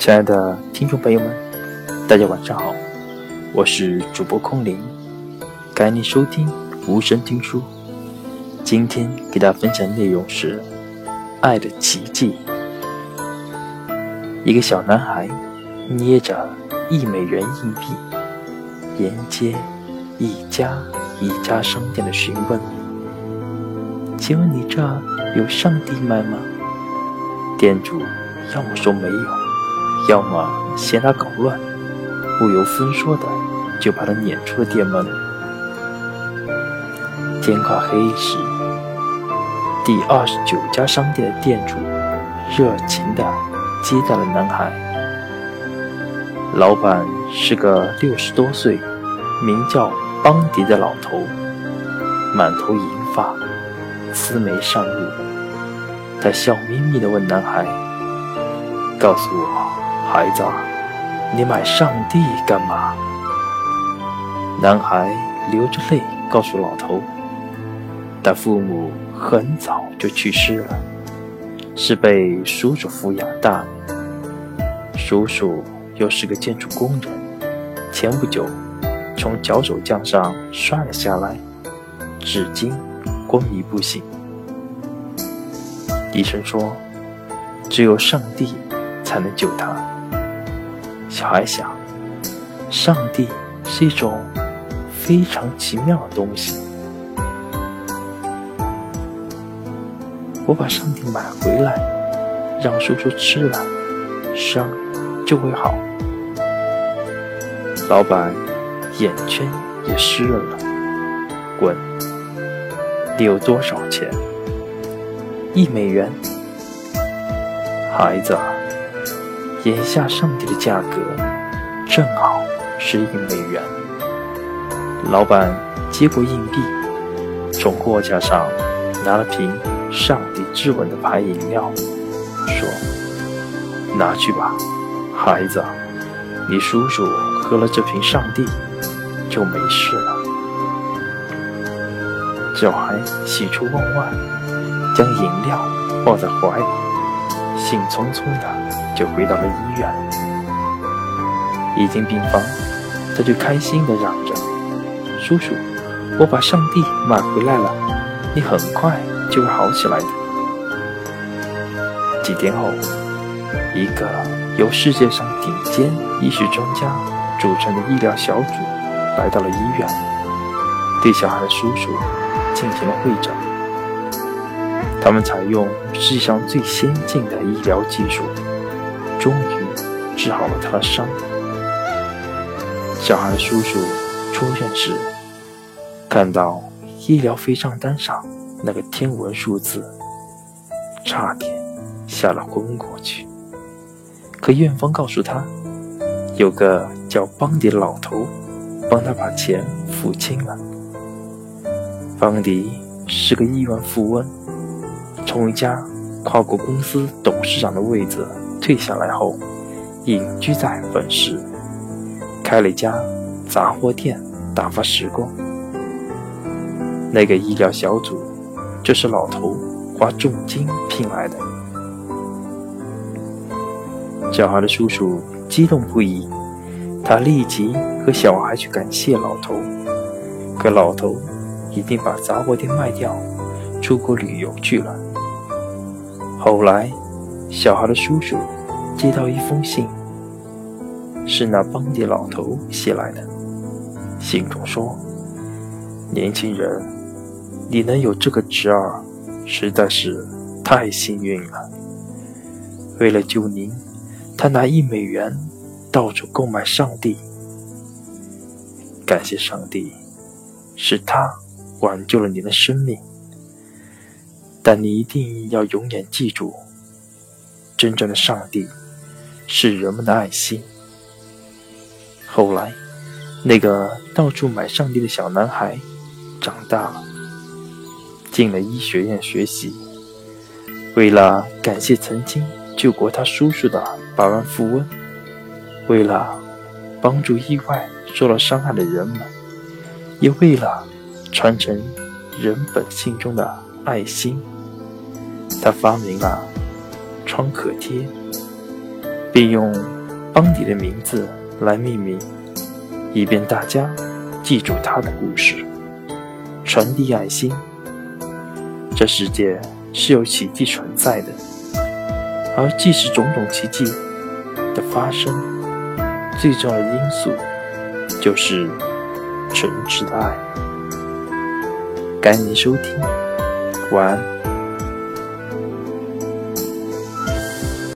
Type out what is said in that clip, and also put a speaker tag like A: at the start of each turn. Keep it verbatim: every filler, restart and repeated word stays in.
A: 亲爱的听众朋友们，大家晚上好，我是主播空灵，感谢你收听无声听书。今天给大家分享的内容是爱的奇迹。一个小男孩捏着一美元硬币，沿街一家一家商店的询问，请问你这有上帝卖吗？店主要么说没有，要么嫌他搞乱，不由分说的就把他撵出了店门。天快黑时，第二十九家商店的店主热情地接待了男孩。老板是个六十多岁名叫邦迪的老头，满头银发，慈眉善目。他笑眯眯地问男孩，告诉我，孩子，你买上帝干嘛？男孩流着泪告诉老头，他父母很早就去世了，是被叔叔抚养大的。叔叔又是个建筑工人，前不久从脚手架上摔了下来，至今昏迷不醒。医生说，只有上帝才能救他。小孩想，上帝是一种非常奇妙的东西。我把上帝买回来，让叔叔吃了，伤就会好。老板眼圈也湿润了，滚！你有多少钱？一美元。孩子，眼下上帝的价格正好是一美元。老板接过硬币，从货架上拿了瓶上帝之吻的牌饮料，说，拿去吧，孩子，你叔叔喝了这瓶上帝就没事了。小孩喜出望外，将饮料抱在怀里，兴冲冲的就回到了医院。一进病房，他就开心的嚷着，叔叔，我把上帝买回来了，你很快就会好起来的。几天后，一个由世界上顶尖医学专家组成的医疗小组来到了医院，对小孩的叔叔进行了会诊。他们采用世界上最先进的医疗技术，终于治好了他的伤。小孩的叔叔出院时，看到医疗费账单上那个天文数字，差点吓了昏过去。可院方告诉他，有个叫邦迪的老头帮他把钱付清了。邦迪是个亿万富翁，从一家跨国公司董事长的位子退下来后，隐居在本市，开了一家杂货店打发时光。那个医疗小组就是老头花重金聘来的。小孩的叔叔激动不已，他立即和小孩去感谢老头，可老头已经把杂货店卖掉，出国旅游去了。后来小孩的叔叔接到一封信，是那邦迪老头写来的。信中说，年轻人，你能有这个侄儿实在是太幸运了。为了救您，他拿一美元到处购买上帝。感谢上帝，是他挽救了你的生命。但你一定要永远记住，真正的上帝是人们的爱心。后来，那个到处买上帝的小男孩长大了，进了医学院学习。为了感谢曾经救过他叔叔的百万富翁，为了帮助意外受到伤害的人们，也为了传承人本性中的爱心，他发明了创可贴， 并用邦迪的名字来命名，以便大家记住他的故事，传递爱心。这世界是有奇迹存在的，而既是种种奇迹的发生，最重要的因素就是纯挚的爱。感谢您收听，晚安。